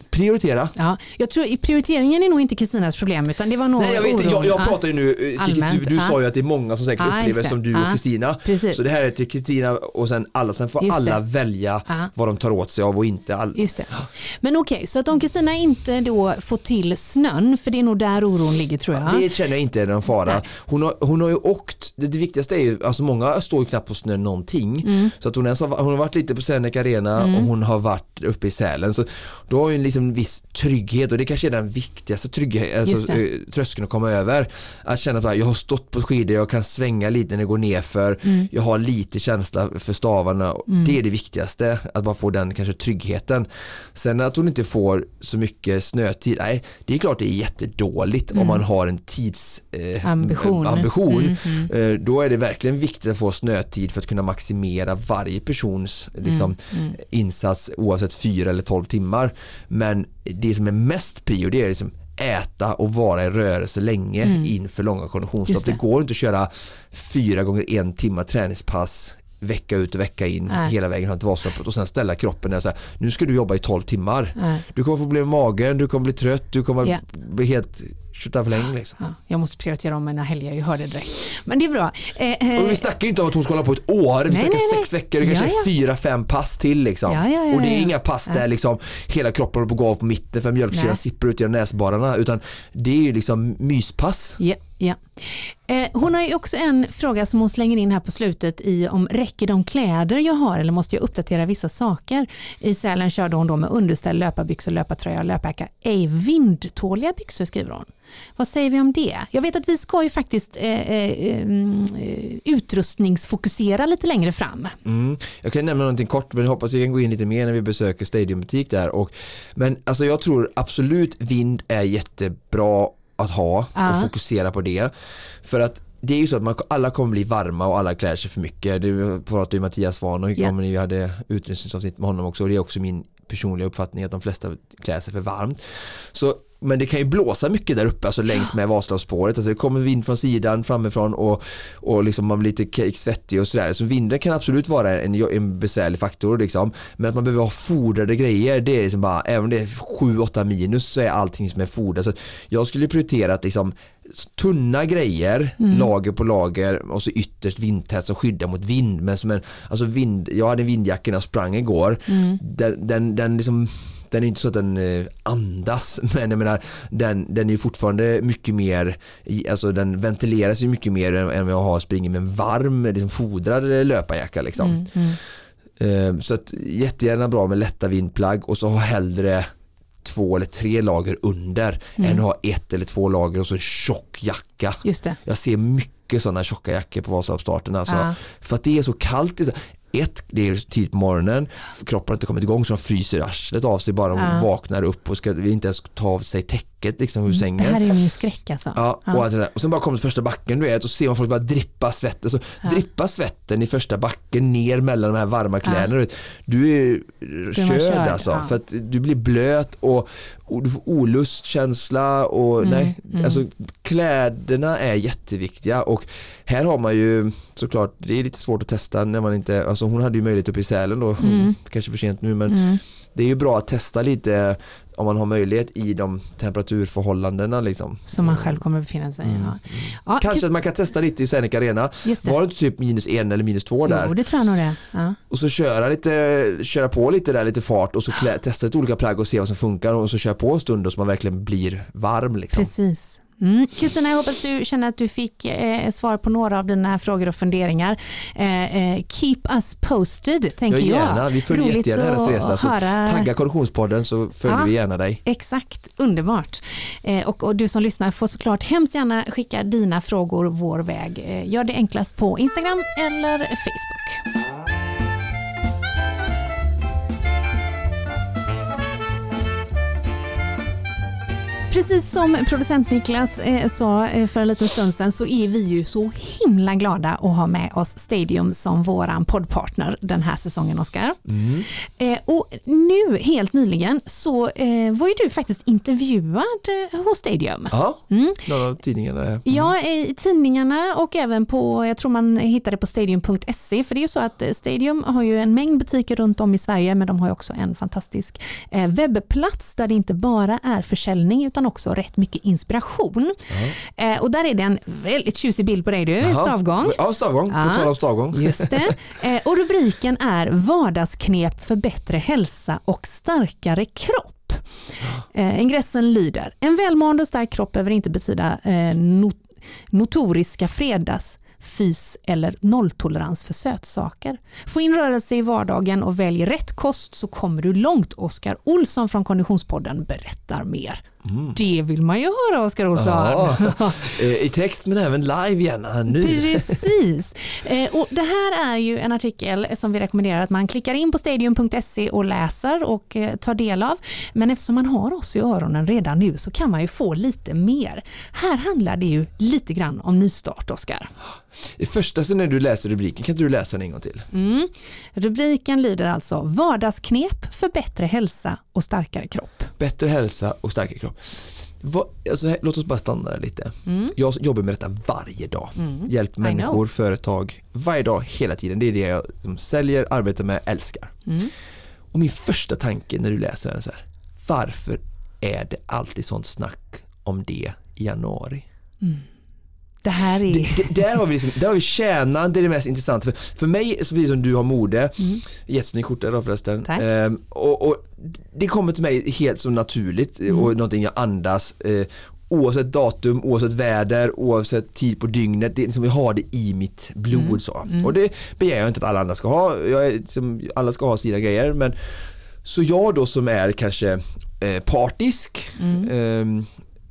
prioritera. Ja, jag tror prioriteringen är nog inte Kristinas problem, utan det var nog Nej, jag vet inte, jag, jag pratar ju nu till Allmänt, du, du ja. sa ju att det är många som säkert Ja, upplever just som det. du och Ja, Kristina. precis. Så det här är till Kristina och sen alla, sen får Just alla det. välja Ja. vad de tar åt sig av och inte. All... Just det. Men okej, okay, så att om Kristina inte då får till snön, för det är nog där oron ligger, tror jag. Det känner jag inte är någon fara. Hon har, hon har ju åkt, det, det viktigaste är ju, alltså många står ju knappt på snö någonting. Mm. Så att hon, ens har, hon har varit lite på Seneca Arena mm. och hon har varit uppe i Sälen. Så då har ju en liksom viss trygghet, och det kanske är den viktigaste trygghet, alltså, tröskeln att komma över. Att känna att jag har stått på skidor, jag kan svänga lite när det går ner för mm. jag har lite känsla för stavarna. Mm. Det är det viktigaste, att bara få den kanske tryggheten. Sen att hon inte får så mycket snötid, nej, det är klart det är jättedåligt mm. om man har en tids eh, ambition, ambition. Mm, mm. Eh, då är det verkligen viktigt att få snötid för att kunna maximera varje persons liksom, mm, mm. insats oavsett fyra eller tolv timmar. Men det som är mest prio, det är liksom äta och vara i rörelse länge mm. inför långa konditionslopp. Det. det går inte att köra fyra gånger en timme träningspass vecka ut och vecka in Nej. hela vägen till Vasaloppet och sen ställa kroppen där så här, nu ska du jobba i tolv timmar. Nej. Du kommer få problem med magen, du kommer bli trött, du kommer yeah. bli helt skjuta för länge liksom. Ja, jag måste prioritera om mina helger, jag hörde direkt. Men det är bra. Eh, och vi snackar ju inte om att hon ska hålla på ett år, vi nej, snackar nej, sex nej. veckor, det kanske ja, ja. är fyra, fem pass till liksom. Ja, ja, ja, och det är ja, ja. inga pass ja. där liksom hela kroppen håller på att gå av på mitten för mjölksyran sipprar ut genom näsborrarna, utan det är ju liksom myspass. Ja. Ja. Eh, hon har ju också en fråga som hon slänger in här på slutet i om räcker de kläder jag har eller måste jag uppdatera vissa saker. I Sälen körde hon då med underställ, löparbyxor, löpartröja och löpjacka. Ej vindtåliga byxor, skriver hon. Vad säger vi om det? Jag vet att vi ska ju faktiskt eh, eh, utrustningsfokusera lite längre fram. Mm. Jag kan nämna någonting kort, men jag hoppas vi kan gå in lite mer när vi besöker Stadiumbutik där. Och, men alltså jag tror absolut vind är jättebra att ha uh. och fokusera på det. För att det är ju så att man, alla kommer bli varma och alla klär sig för mycket. Det pratade ju Mattias Svahn och yeah. vi hade utrustningsavsnitt med honom också, och det är också min personliga uppfattning att de flesta klär sig för varmt. Så, men det kan ju blåsa mycket där uppe, alltså längs med Vasaloppsspåret. Alltså det kommer vind från sidan, framifrån och, och liksom man blir lite svettig och sådär. Så vinden kan absolut vara en, en besvärlig faktor liksom. Men att man behöver ha fodrade grejer, det är liksom bara, även om det är sju åtta minus så är allting som är fodrat. Så jag skulle prioritera att liksom tunna grejer, mm. lager på lager och så ytterst vindtätt som skyddar mot vind. Men som en, alltså vind, jag hade en vindjacka när jag sprang igår. Mm. Den, den, den liksom den är inte så att den eh, andas, men jag menar, den, den är ju fortfarande mycket mer, alltså den ventileras ju mycket mer än, än vad jag har springit med en varm, liksom fodrad löparjacka liksom. Mm, mm. Eh, så att jättegärna bra med lätta vindplagg, och så ha hellre två eller tre lager under mm. än att ha ett eller två lager och så en tjock jacka. Just det. Jag ser mycket sådana tjocka jackor på Vasaloppsstarten alltså. Ja. För att det är så kallt. Ett, det är tidigt på morgonen, kroppen har inte kommit igång så de fryser arslet av sig bara och ja. vaknar upp och ska vi inte ens ta av sig täcket liksom ur sängen. Det här är ju min skräck alltså. Ja, ja. Och, alltså, och sen bara kommer första backen, du vet, och så ser man folk bara drippa svetten. Så ja. drippa svetten i första backen ner mellan de här varma kläderna. Ja. Du är körd, körd alltså. Ja. För att du blir blöt och, och du får olustkänsla och mm, nej, mm. alltså kläderna är jätteviktiga, och här har man ju såklart, det är lite svårt att testa när man inte, alltså hon hade ju möjlighet uppe i Sälen då, mm. kanske för sent nu, men mm. det är ju bra att testa lite om man har möjlighet i de temperaturförhållandena liksom. Som man själv kommer befinna sig i. Mm. Ja. Ja, kanske att man kan testa lite i Seneca Arena. Var det inte typ minus en eller minus två där? Jo, det tror jag nog det. Ja. Och så köra lite, köra på lite där, lite fart, och så klä, testa ett olika plagg och se vad som funkar, och så köra på en stund och så man verkligen blir varm liksom. Precis. Kristina, mm. jag hoppas du känner att du fick eh, svar på några av dina frågor och funderingar. Eh, eh, keep us posted, tänker jag. Gärna, jag. Vi följer Roligt jättegärna hennes resa. Så höra... tagga Konditionspodden så följer ja, vi gärna dig. Exakt, underbart. Eh, och, och du som lyssnar får såklart hemskt gärna skicka dina frågor vår väg. Eh, gör det enklast på Instagram eller Facebook. Precis som producent Niklas eh, sa eh, för en liten stund sedan så är vi ju så himla glada att ha med oss Stadium som våran poddpartner den här säsongen, Oskar. Mm. Eh, och nu helt nyligen så eh, var ju du faktiskt intervjuad eh, hos Stadium. Ja, mm. några av tidningarna. Mm. Ja, i tidningarna och även på, jag tror man hittar det på stadium punkt se, för det är ju så att Stadium har ju en mängd butiker runt om i Sverige, men de har ju också en fantastisk eh, webbplats där det inte bara är försäljning utan också rätt mycket inspiration. Uh-huh. Eh, och där är det en väldigt tjusig bild på dig du, i stavgång. Ja, stavgång. På tal om stavgång. Just det. Eh, och rubriken är Vardagsknep för bättre hälsa och starkare kropp. Eh, ingressen lyder: en välmående och stark kropp behöver inte betyda eh, not- notoriska fredags fys eller nolltolerans för sötsaker. Få in rörelse i vardagen och välj rätt kost så kommer du långt. Oskar Olsson från Konditionspodden berättar mer. Mm. Det vill man ju höra, Oskar Olsson. Ja, i text men även live gärna nu. Precis. Och det här är ju en artikel som vi rekommenderar att man klickar in på stadium punkt se och läser och tar del av. Men eftersom man har oss i öronen redan nu så kan man ju få lite mer. Här handlar det ju lite grann om nystart, Oskar. Det första sen när du läser rubriken, kan inte du läsa den en gång till? Mm. Rubriken lyder alltså Vardagsknep för bättre hälsa och starkare kropp. Bättre hälsa och starkare kropp. Vad, alltså, låt oss bara stanna där lite. Mm. Jag jobbar med detta varje dag. Mm. Hjälper människor, företag, varje dag, hela tiden. Det är det jag som säljer, arbetar med, älskar. Mm. Och min första tanke när du läser den är så här: varför är det alltid sånt snack om det i januari? Mm. Det här är... det, det, där, har vi liksom, där har vi tjänan, det är det mest intressanta. För, för mig så blir det som du har mode. Mm. Jättesnygg skjorta då förresten. Ehm, och, och det kommer till mig helt så naturligt mm. och någonting jag andas. Eh, oavsett datum, oavsett väder, oavsett tid på dygnet. Det är liksom, jag har det i mitt blod. Mm. Så. Mm. Och det begär jag inte att alla andra ska ha. Jag är, liksom, alla ska ha sina grejer. Men, så jag då som är kanske eh, partisk mm. eh,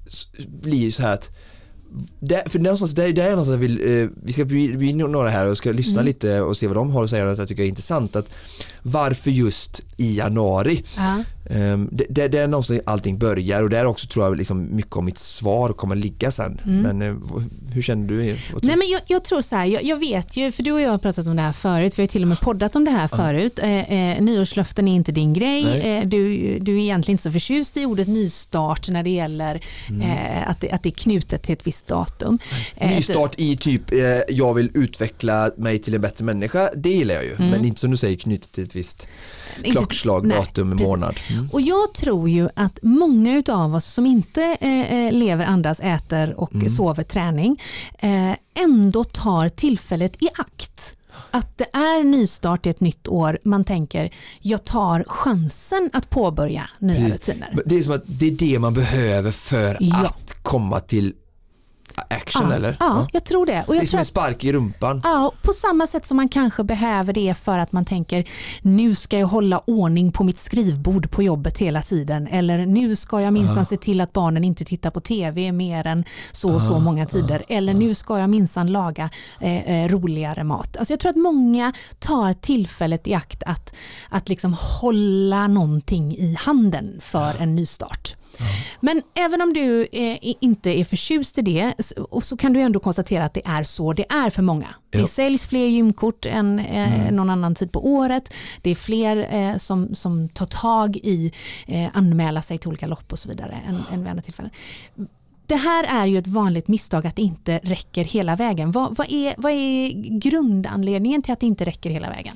blir så här att Där, för någonstans, där, där är någonstans jag vill, eh, vi ska bli några här och ska lyssna mm. lite och se vad de har att säga, att jag tycker är intressant, att varför just i januari uh-huh. um, det, det, det är någonstans allting börjar, och där också tror jag liksom mycket om mitt svar kommer ligga sen. Mm. Men eh, hur känner du? Nej, men jag, jag tror så här, jag, jag vet ju, för du och jag har pratat om det här förut, vi har till och med poddat om det här uh-huh. förut. Eh, eh, nyårslöften är inte din grej, eh, du, du är egentligen inte så förtjust i ordet nystart när det gäller mm. eh, att, det, att det är knutet till ett visst datum. Nystart i typ eh, jag vill utveckla mig till en bättre människa, det gillar jag ju. Mm. Men inte som du säger knutet till ett visst klockslag, inte, datum, nej, månad. Mm. Och jag tror ju att många av oss som inte eh, lever, andas, äter och mm. sover träning eh, ändå tar tillfället i akt. Att det är nystart i ett nytt år. Man tänker, jag tar chansen att påbörja nya det, rutiner. Det är som att det är det man behöver för ja. att komma till action, ja, eller? Ja, ja, jag tror det. Och jag det är som en spark i rumpan. Ja, på samma sätt som man kanske behöver det för att man tänker, nu ska jag hålla ordning på mitt skrivbord på jobbet hela tiden. Eller nu ska jag minsann ja. se till att barnen inte tittar på tv mer än så och så ja, många tider. Ja, eller ja. nu ska jag minsann laga eh, roligare mat. Alltså jag tror att många tar tillfället i akt att, att liksom hålla någonting i handen för ja. en nystart. Mm. Men även om du eh, inte är förtjust i det, så, så kan du ändå konstatera att det är så det är för många. Ja. Det säljs fler gymkort än eh, mm. någon annan tid på året. Det är fler eh, som, som tar tag i eh, anmäla sig till olika lopp och så vidare än, än vid andra tillfällen. Det här är ju ett vanligt misstag, att det inte räcker hela vägen. Vad, vad, är, vad är grundanledningen till att det inte räcker hela vägen?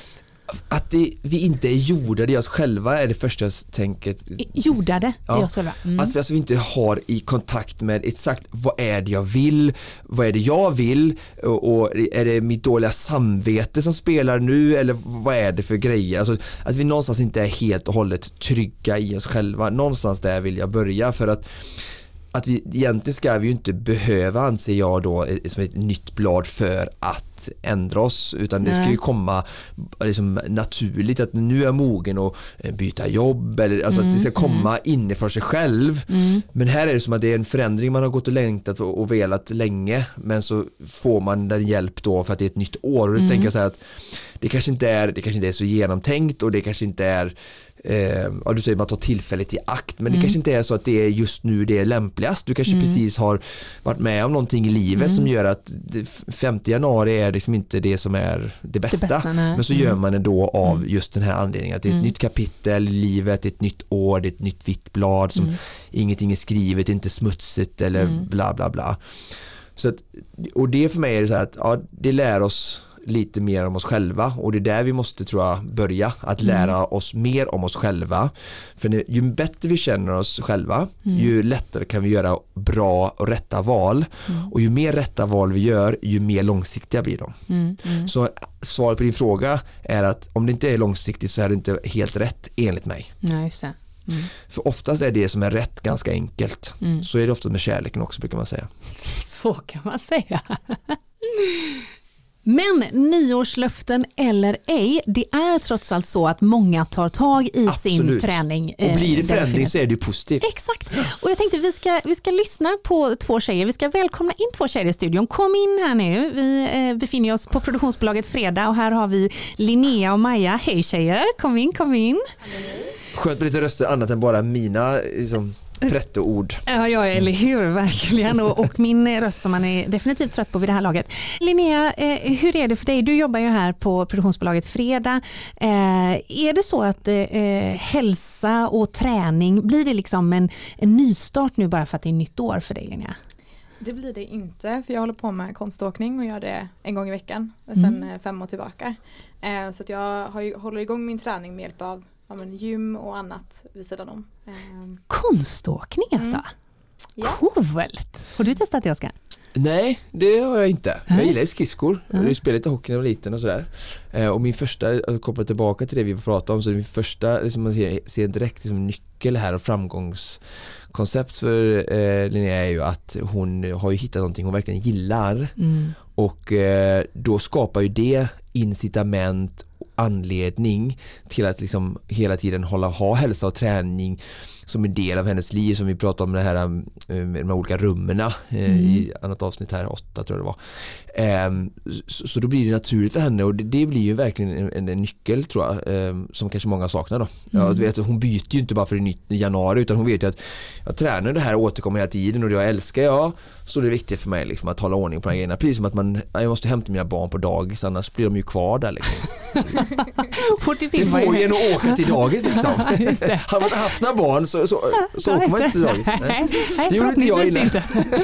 Att det, vi inte är jordade i oss själva är det första jag tänker. Jordade ja. i oss själva. Mm. Alltså, alltså vi inte har i kontakt med exakt vad är det jag vill, vad är det jag vill, och, och är det mitt dåliga samvete som spelar nu, eller vad är det för grejer? Alltså, att vi någonstans inte är helt och hållet trygga i oss själva. Någonstans där vill jag börja, för att att vi egentligen ska vi ju inte behöva, anser jag då, som ett nytt blad för att ändra oss, utan det ska ju komma liksom naturligt, att nu är jag mogen att byta jobb, eller alltså mm, att det ska komma mm. inifrån sig själv. Mm. Men här är det som att det är en förändring man har gått och längtat och, och velat länge, men så får man den hjälp då för att det är ett nytt år, och då mm. tänker jag så här att det kanske inte är det kanske inte är så genomtänkt, och det kanske inte är Eh, ja, du säger att man tar tillfället i akt, men mm. det kanske inte är så att det är just nu det är lämpligast. Du kanske mm. precis har varit med om någonting i livet mm. som gör att femte januari är liksom inte det som är det bästa, det bästa men så mm. gör man det då av mm. just den här anledningen att det är ett mm. nytt kapitel i livet, ett nytt år, det är ett nytt vitt blad som mm. ingenting är skrivet, inte smutsigt eller mm. bla bla bla. Så att, och det för mig är det så här att ja, det lär oss lite mer om oss själva och det är där vi måste, tror jag, börja att lära mm. oss mer om oss själva. För nu, ju bättre vi känner oss själva mm. ju lättare kan vi göra bra och rätta val mm. och ju mer rätta val vi gör ju mer långsiktiga blir de. Mm. Mm. Så svaret på din fråga är att om det inte är långsiktigt så är det inte helt rätt enligt mig. Nej, just det. Mm. För oftast är det som är rätt ganska enkelt. Mm. Så är det ofta med kärleken också, brukar man säga. Så kan man säga. Men nyårslöften eller ej, det är trots allt så att många tar tag i Absolut. sin träning. Och blir det förändring så är det positivt. Exakt. Och jag tänkte vi ska, vi ska lyssna på två tjejer. Vi ska välkomna in två tjejer i studion. Kom in här nu. Vi eh, befinner oss på produktionsbolaget Fredag och här har vi Linnea och Maja. Hej tjejer, kom in, kom in. Skönt med lite röster annat än bara mina liksom pretto-ord. Ja, ja, eller hur, verkligen. Och, och min röst som man är definitivt trött på vid det här laget. Linnea, eh, hur är det för dig? Du jobbar ju här på produktionsbolaget Fredag. Eh, är det så att eh, hälsa och träning, blir det liksom en, en nystart nu bara för att det är nytt år för dig, Linnea? Det blir det inte, för jag håller på med konståkning och gör det en gång i veckan sedan mm. fem år tillbaka. Eh, så att jag har ju, håller igång min träning med hjälp av ja, men gym och annat vid sidan om. Um. Konståkning alltså? Mm. Ja. Coolt! Har du testat det, Oskar? Nej, det har jag inte. Jag gillar ju skridskor. Mm. Jag spelade lite hockey när jag var liten och sådär. Eh, och min första, att koppla tillbaka till det vi pratade om, så min första, liksom man ser, ser direkt liksom, nyckel här och framgångskoncept för eh, Linnea är ju att hon har ju hittat någonting hon verkligen gillar. Mm. Och eh, då skapar ju det incitament och anledning till att liksom hela tiden hålla, ha hälsa och träning som en del av hennes liv, som vi pratade om det här med de här olika rummen mm. i annat avsnitt här, åtta tror jag det var. Um, så, så då blir det naturligt för henne och det, det blir ju verkligen en, en, en nyckel tror jag, um, som kanske många saknar då. Mm. Ja, du vet, hon byter ju inte bara för i januari utan hon vet ju att jag tränar det här och återkommer hela tiden och det jag älskar jag, så det är viktigt för mig liksom, att hålla ordning på de här grejerna. Precis som att man, jag måste hämta mina barn på dagis annars blir de ju kvar där liksom. Det får ju en att åka till dagis liksom. Har man inte haft några barn så, så, så åker man inte till dagis. Nej, det gjorde inte jag innan.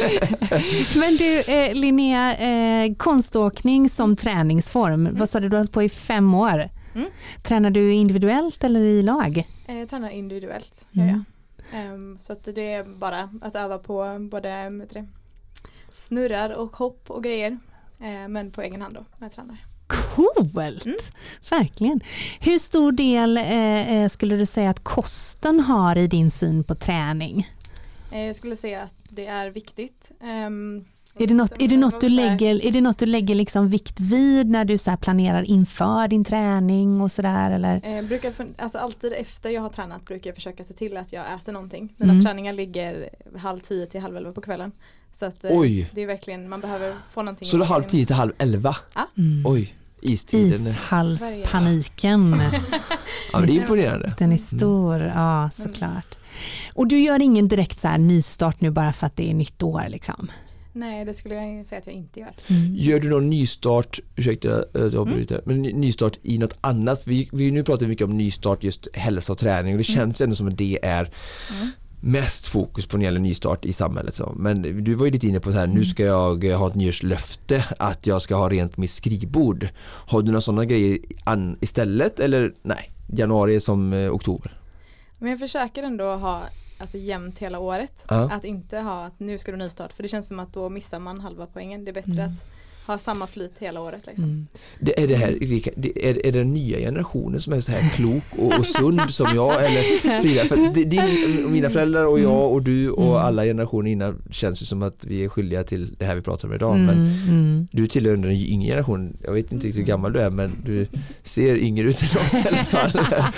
Men du eh, Linnea, eh, konståkning som träningsform, mm. vad sa du, du har hållit på i fem år? Mm. Tränar du individuellt eller i lag? Jag tränar individuellt, mm. ja, ja. Um, så att det är bara att öva på både det, snurrar och hopp och grejer, uh, men på egen hand då, när jag tränar. Coolt, mm. verkligen. Hur stor del eh, skulle du säga att kosten har i din syn på träning? Jag skulle säga att det är viktigt. Um, är det något, är det något du lägger, är det något du lägger liksom vikt vid när du så här planerar inför din träning och sådär? Eller? Jag brukar, alltså alltid efter jag har tränat brukar jag försöka se till att jag äter någonting. Mina mm. träningar ligger halv tio till halv elva på kvällen. Så att Oj. det är verkligen, man behöver få någonting. Så du halv tio till halv elva? Ja. Mm. Oj. Istiden. Ishalspaniken. Ja, det är imponerande. Den är stor, mm. ja såklart. Och du gör ingen direkt så här nystart nu bara för att det är nytt år liksom? Nej, det skulle jag säga att jag inte gör. Mm. Gör du någon nystart, ursäkta att jag bryter, mm. men nystart i något annat? Vi, vi, nu pratar vi mycket om nystart, just hälsa och träning och det känns mm. ändå som att det är mm. mest fokus på när det gäller nystart i samhället. Så. Men du var ju lite inne på så här, mm. nu ska jag ha ett nyårslöfte att jag ska ha rent med skrivbord. Har du några sådana grejer an, istället eller nej, januari som eh, oktober? Men jag försöker ändå ha alltså jämnt hela året. Uh-huh. Att inte ha att nu ska du nystart, för det känns som att då missar man halva poängen. Det är bättre mm. att ha samma flyt hela året liksom. Mm. Det är det här det är, är det den nya generationen som är så här klok och, och sund som jag eller Frida, för din, mina föräldrar och jag och du och mm. alla generationer innan känns ju som att vi är skyldiga till det här vi pratar om idag, mm. men mm. du tillhör den yngre generationen. Jag vet inte riktigt hur gammal du är, men du ser yngre ut än oss i alla fall.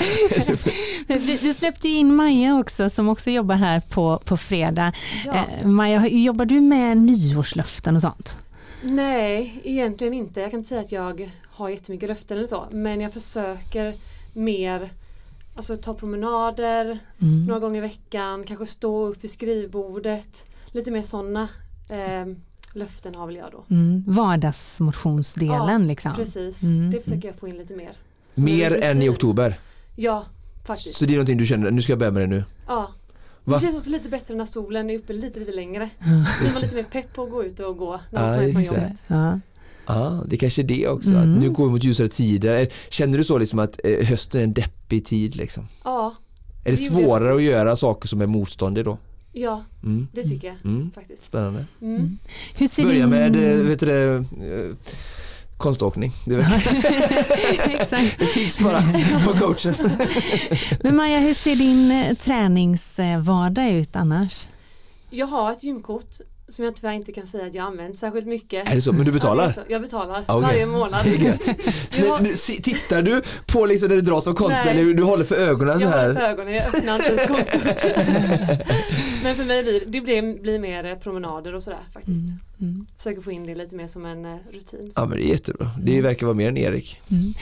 vi, vi släppte in Maja också som också jobbar här på, på fredag. Ja. Eh, Maja, jobbar du med nyårslöften och sånt? Nej, egentligen inte. Jag kan inte säga att jag har jättemycket löften eller så. Men jag försöker mer alltså ta promenader mm. några gånger i veckan, kanske stå upp i skrivbordet, lite mer sådana eh, löften har väl jag då. Mm. Vardagsmotionsdelen ja, liksom. Precis, mm. det försöker jag få in lite mer. Så mer än i oktober? Ja, faktiskt. Så det är någonting du känner, nu ska jag börja med det nu? Ja. Va? Det känns också lite bättre när solen är uppe lite, lite längre. Mm. Blir man lite mer pepp på att gå ut och gå när man ah, kommer från jobbet. Ja. Ja, det kanske är det också. Mm. Att nu går vi mot ljusare tider. Känner du så liksom att eh, hösten är en deppig tid liksom? Ja. Är det, det svårare det. att göra saker som är motståndiga då? Ja, mm. det tycker jag mm. faktiskt. Spännande. Mm. Mm. Hur ser Börja din... med vet du det, eh, konståkning. Det är exakt. Ett tips bara på coachen. Men Maja, hur ser din träningsvardag ut annars? Jag har ett gymkort som jag tyvärr inte kan säga att jag använt särskilt mycket. Är det så? Men du betalar? Ja, jag betalar okay. varje månad. har... nu, tittar du på liksom när det dras av kontot eller du håller för ögonen så här? Jag håller för ögonen, jag öppnar inte ens kontot. Men för mig blir det blir, blir mer promenader och sådär faktiskt. Mm. Mm. Försöker få in det lite mer som en rutin. Så. Ja, men det är jättebra. Det verkar vara mer än Erik. Mm.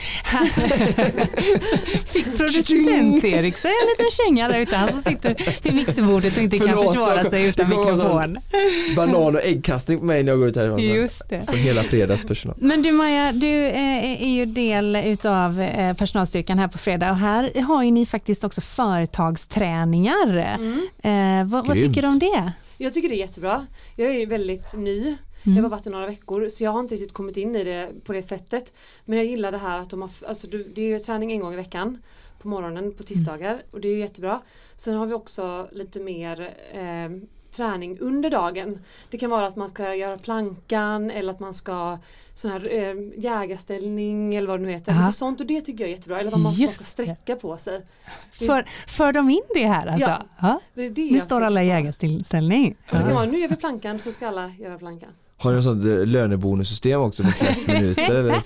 Fick producent Erik så är en liten känga där ute. Han som sitter vid mixerbordet och inte Förlåt, kan försvara sig utan mikrofon. Banan och äggkastning på mig när jag går ut härifrån. Just det. Och hela fredagspersonal. Men du Maja, du är ju del utav personalstyrkan här på fredag och här har ju ni faktiskt också företagsträningar. Mm. Eh, vad, vad tycker du om det? Jag tycker det är jättebra. Jag är väldigt ny. Mm. Jag har bara varit i några veckor så jag har inte riktigt kommit in i det på det sättet. Men jag gillar det här att de har, alltså det är ju träning en gång i veckan på morgonen på tisdagar mm. och det är ju jättebra. Sen har vi också lite mer eh, träning under dagen. Det kan vara att man ska göra plankan eller att man ska sån här eh, jägarställning eller vad det nu heter. Lite sånt och det tycker jag är jättebra. Eller att man, man ska sträcka på sig. Det, för, för de in det här alltså? Ja, ja. Det är det nu står alla i jägarställning. Ja. Det kan vara, nu gör vi plankan så ska alla göra plankan. Har ni något sånt lönebonussystem också med flest minuter? Eller?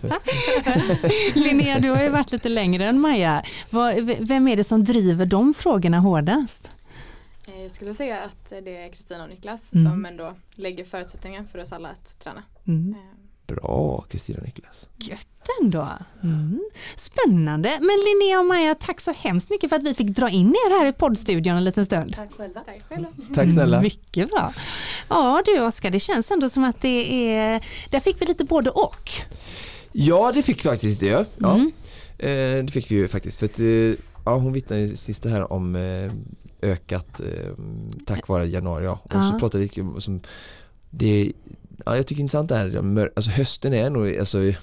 Linnea, du har ju varit lite längre än Maja. Vem är det som driver de frågorna hårdast? Jag skulle säga att det är Kristina och Niklas mm. som ändå lägger förutsättningar för oss alla att träna. Mm. Bra, Kristina och Niklas. Gött ändå. Mm. Spännande. Men Linnea och Maja, tack så hemskt mycket för att vi fick dra in er här i poddstudion en liten stund. Tack själva. Tack själva. Tack snälla. Mm, mycket bra. Ja du Oskar, det känns ändå som att det är... Där fick vi lite både och. Ja, det fick vi faktiskt det. Ja. Mm. Eh, det fick vi ju faktiskt. För att, ja, hon vittnade ju sista här om eh, ökat eh, tack vare januari. Ja. Och ja. så pratade vi lite om det. Ja, jag tycker intressant det här. Alltså hösten är nog alltså, i,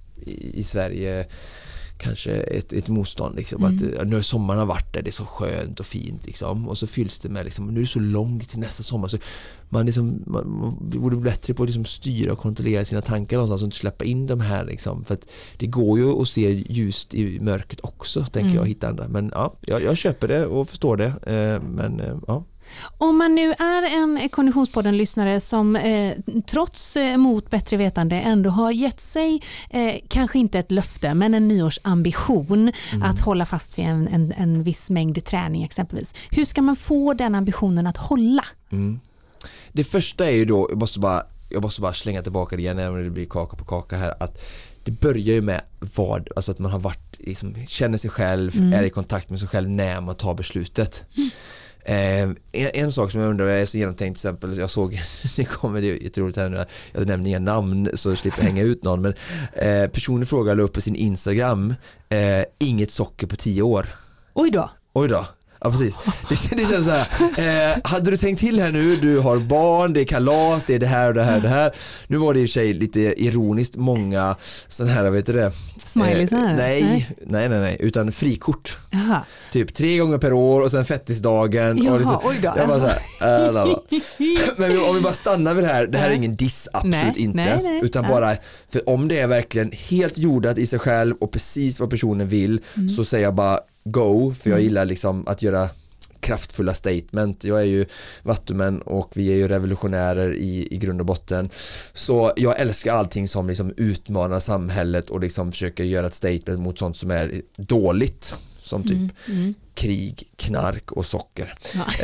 i Sverige kanske ett, ett motstånd liksom, mm. att nu sommaren har varit där, det är så skönt och fint liksom, och så fylls det med liksom, nu är det så långt till nästa sommar så man, liksom, man, man borde bli bättre på att liksom styra och kontrollera sina tankar någonstans och inte släppa in de här liksom, för att det går ju att se ljust i mörkret också, tänker mm. jag, hitta andra, men ja, jag, jag köper det och förstår det, eh, men eh, ja. Om man nu är en Konditionspodden-lyssnare som eh, trots eh, mot bättre vetande ändå har gett sig, eh, kanske inte ett löfte men en nyårsambition mm. att hålla fast vid en, en, en viss mängd träning exempelvis. Hur ska man få den ambitionen att hålla? Mm. Det första är ju då, jag måste bara, jag måste bara slänga tillbaka det igen även om det blir kaka på kaka här, att det börjar ju med vad, alltså att man har varit, liksom, känner sig själv, mm. är i kontakt med sig själv när man tar beslutet. Mm. Eh, en, en sak som jag undrar är så genomtänkt, till exempel, jag såg det kommer det jätteroligt här nu, jag nämner inga namn så jag slipper hänga ut någon, men eh, personen frågade upp på sin Instagram eh, inget socker på tio år. Oj då. Oj då. Ja, precis. Det, det känns så här. Eh, hade du tänkt till här nu? Du har barn, det är kalas, det är det här och det här och det här. Nu var det i sig lite ironiskt många sådana här, vet du det? Smileys här? Eh, nej, nej, nej, nej, nej, utan frikort. Jaha. Typ tre gånger per år och sen fettisdagen. Jaha, och liksom, oj då. Jag bara så här, äh, la, men om vi bara stannar vid det här, det här är ingen diss, absolut nej, inte. Nej, nej, utan ja. bara, för om det är verkligen helt jordat i sig själv och precis vad personen vill, mm. så säger jag bara go, för jag gillar liksom att göra kraftfulla statement. Jag är ju vattumän och vi är ju revolutionärer i, i grund och botten. Så jag älskar allting som liksom utmanar samhället och liksom försöker göra ett statement mot sånt som är dåligt. som typ mm, mm. krig, knark och socker. Ja.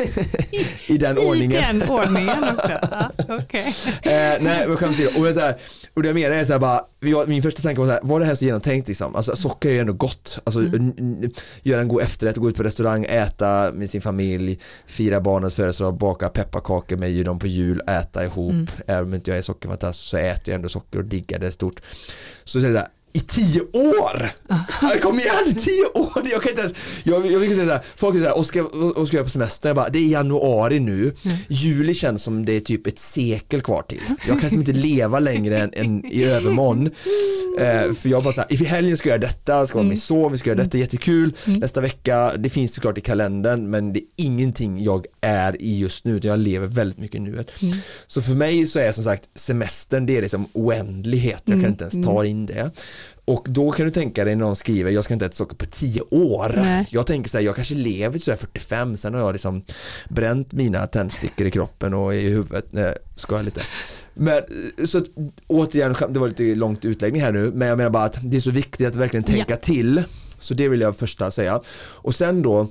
I den ordningen. I den ordningen också. Ja, okay. eh, nej, men skämt åsido. Och jag så här, och det jag menar är så här bara, jag, min första tanke var så här, var det här så genomtänkt liksom? Alltså socker är ju ändå gott. Alltså mm. n- n- göra en god efterrätt, gå ut på restaurang, äta med sin familj, fira barnens födelsedag, baka pepparkakor med dem på jul, äta ihop. Mm. Även om inte jag är sockerfantast så äter jag ändå socker och diggar det stort. Så det är där i tio år! Uh. Kom igen, tio år! Jag kan inte ens, jag, jag vill säga såhär, folk säger såhär, och ska, och ska jag på semester, jag bara, det är januari nu, mm. juli känns som det är typ ett sekel kvar till. Jag kan inte leva längre än, än i övermorgon. Uh, för jag bara såhär, i helgen ska jag göra detta, ska vara med son, vi ska göra detta, jättekul. Mm. Nästa vecka, det finns såklart i kalendern, men det är ingenting jag är i just nu, utan jag lever väldigt mycket nu. Mm. Så för mig så är som sagt semestern, det är liksom oändlighet, jag kan inte ens ta in det. Och då kan du tänka dig när någon skriver, jag ska inte äta socker på tio år. Nej. Jag tänker så här, jag kanske lever till så här fyrtiofem, sen har jag liksom bränt mina tändstickor i kroppen och i huvudet. Nej, ska jag lite. Men så att, återigen, det var lite långt utläggning här nu, men jag menar bara att det är så viktigt att verkligen tänka ja. till. Så det vill jag första säga. Och sen då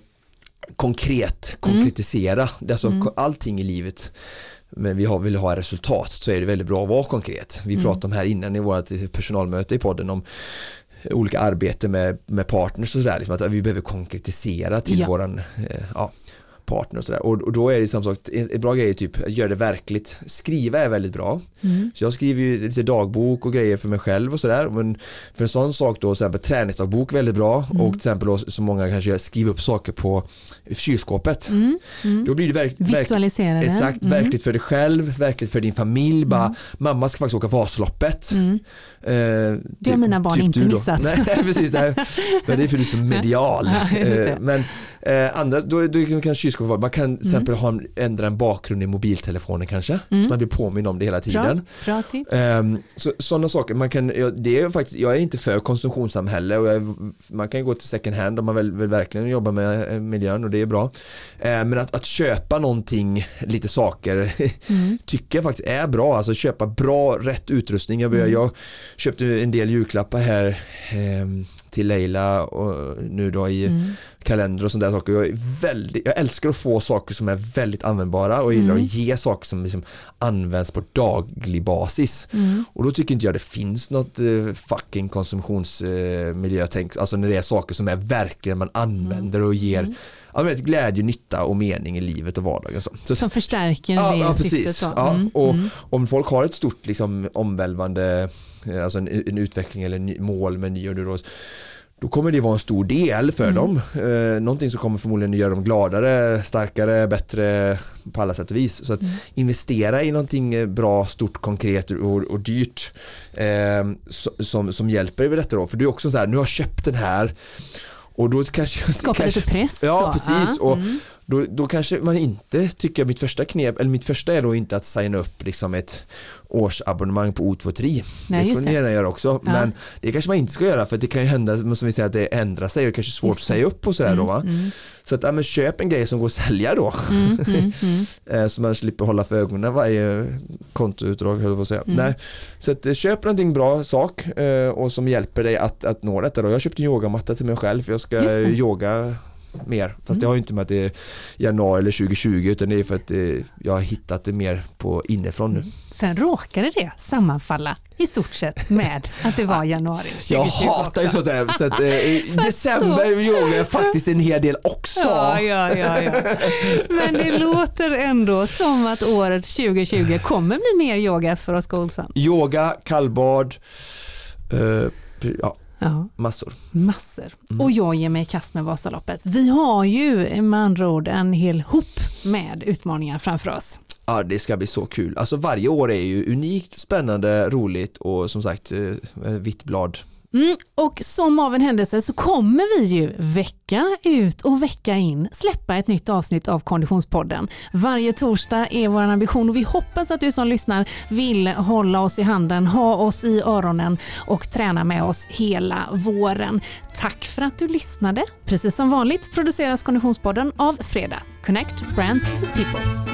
konkret, konkretisera. Mm. Det är alltså mm. allting i livet. Men vi har, vill ha resultat, så är det väldigt bra att vara konkret. Vi mm. pratade om här innan i vårt personalmöte i podden om olika arbete med, med partners och sådär. Liksom att vi behöver konkretisera till ja. våran eh, ja, partner och sådär. Och, och då är det som sagt, en bra grej är typ att göra det verkligt. Skriva är väldigt bra. Mm. Så jag skriver ju lite dagbok och grejer för mig själv och sådär. Men för en sån sak då, till exempel träningsdagbok väldigt bra. Mm. Och till exempel då, som många kanske gör, skriva upp saker på kylskåpet. Mm. Mm. Då blir det verk- visualisera verk- det. Exakt, mm. verkligt för dig själv, verkligt för din familj. Mm. Bara, mamma ska faktiskt åka Vasaloppet. Mm. Eh, typ, det har mina barn typ inte missat. Nej, precis. Nej. Men det är för du är så medial. Ja, eh, men eh, andra, då, då kan kylskåpet vara, man kan till exempel mm. ha, ändra en bakgrund i mobiltelefonen kanske. Mm. Så man blir påminn om det hela tiden. Bra, bra tips. Um, så, sådana saker, man kan, ja, det är faktiskt, jag är inte för konsumtionssamhälle och jag, man kan gå till second hand om man vill, vill verkligen jobba med miljön och det är bra. Uh, men att, att köpa någonting, lite saker mm. tycker jag faktiskt är bra, alltså köpa bra, rätt utrustning. Jag, mm. jag köpte en del julklappar här um, till Leila och nu då i mm. kalender och sånt där saker. Jag är väldigt, jag älskar att få saker som är väldigt användbara och gillar mm. att ge saker som liksom används på daglig basis. Mm. Och då tycker inte jag det finns något uh, fucking konsumtionsmiljötänk. Uh, alltså när det är saker som är verkligen man använder och ger mm. ja, men glädje, nytta och mening i livet och vardagen. Så. Så, som förstärker ja, det ja, syftet. Så. Ja, mm. och mm. om folk har ett stort liksom, omvälvande alltså en, en utveckling eller en mål med ny och då, då kommer det vara en stor del för mm. dem. Eh, någonting som kommer förmodligen göra dem gladare, starkare, bättre på alla sätt och vis. Så att mm. investera i någonting bra, stort, konkret och, och dyrt eh, som, som hjälper över detta då. För det är också så här, nu har jag köpt den här och då kanske... Skapar kanske, lite press. Ja, så. precis. Ah, och mm. Då, då kanske man inte tycker mitt första knep, eller mitt första är då inte att signa upp liksom ett årsabonnemang på O två tre. Nej, det får ni gärna göra också. Ja. Men det kanske man inte ska göra för det kan ju hända, som vi säger, att det ändrar sig och det kanske är svårt just att säga upp och sådär mm, då va. Mm. Så att ja, men köp en grej som går att sälja då. Mm, mm, mm. Så man slipper hålla för ögonen varje kontoutdrag höll jag på att säga. Mm. Nej. Så att köp någonting bra sak och som hjälper dig att, att nå detta då. Jag köpte en yogamatta till mig själv för jag ska yoga mer. Fast mm. det har ju inte med att det är januari eller tjugo tjugo utan det är för att eh, jag har hittat det mer på inifrån nu. Sen råkade det sammanfalla i stort sett med att det var januari tjugo tjugo. Jag hatar ju sånt där. Så att, eh, i december yogar jag faktiskt en hel del också. Ja, ja, ja, ja. Men det låter ändå som att året tjugo tjugo kommer bli mer yoga för oss Olsson. Yoga, kallbad, eh, ja. Ja. Massor. Massor. Mm. Och jag ger mig i kast med Vasaloppet. Vi har ju med andra ord en hel hop med utmaningar framför oss. Ja, det ska bli så kul. Alltså varje år är ju unikt, spännande, roligt och som sagt eh, vitt blad. Mm, och som av en händelse så kommer vi ju vecka ut och vecka in släppa ett nytt avsnitt av Konditionspodden. Varje torsdag är vår ambition och vi hoppas att du som lyssnar vill hålla oss i handen, ha oss i öronen och träna med oss hela våren. Tack för att du lyssnade. Precis som vanligt produceras Konditionspodden av Fredag. Connect Brands with People.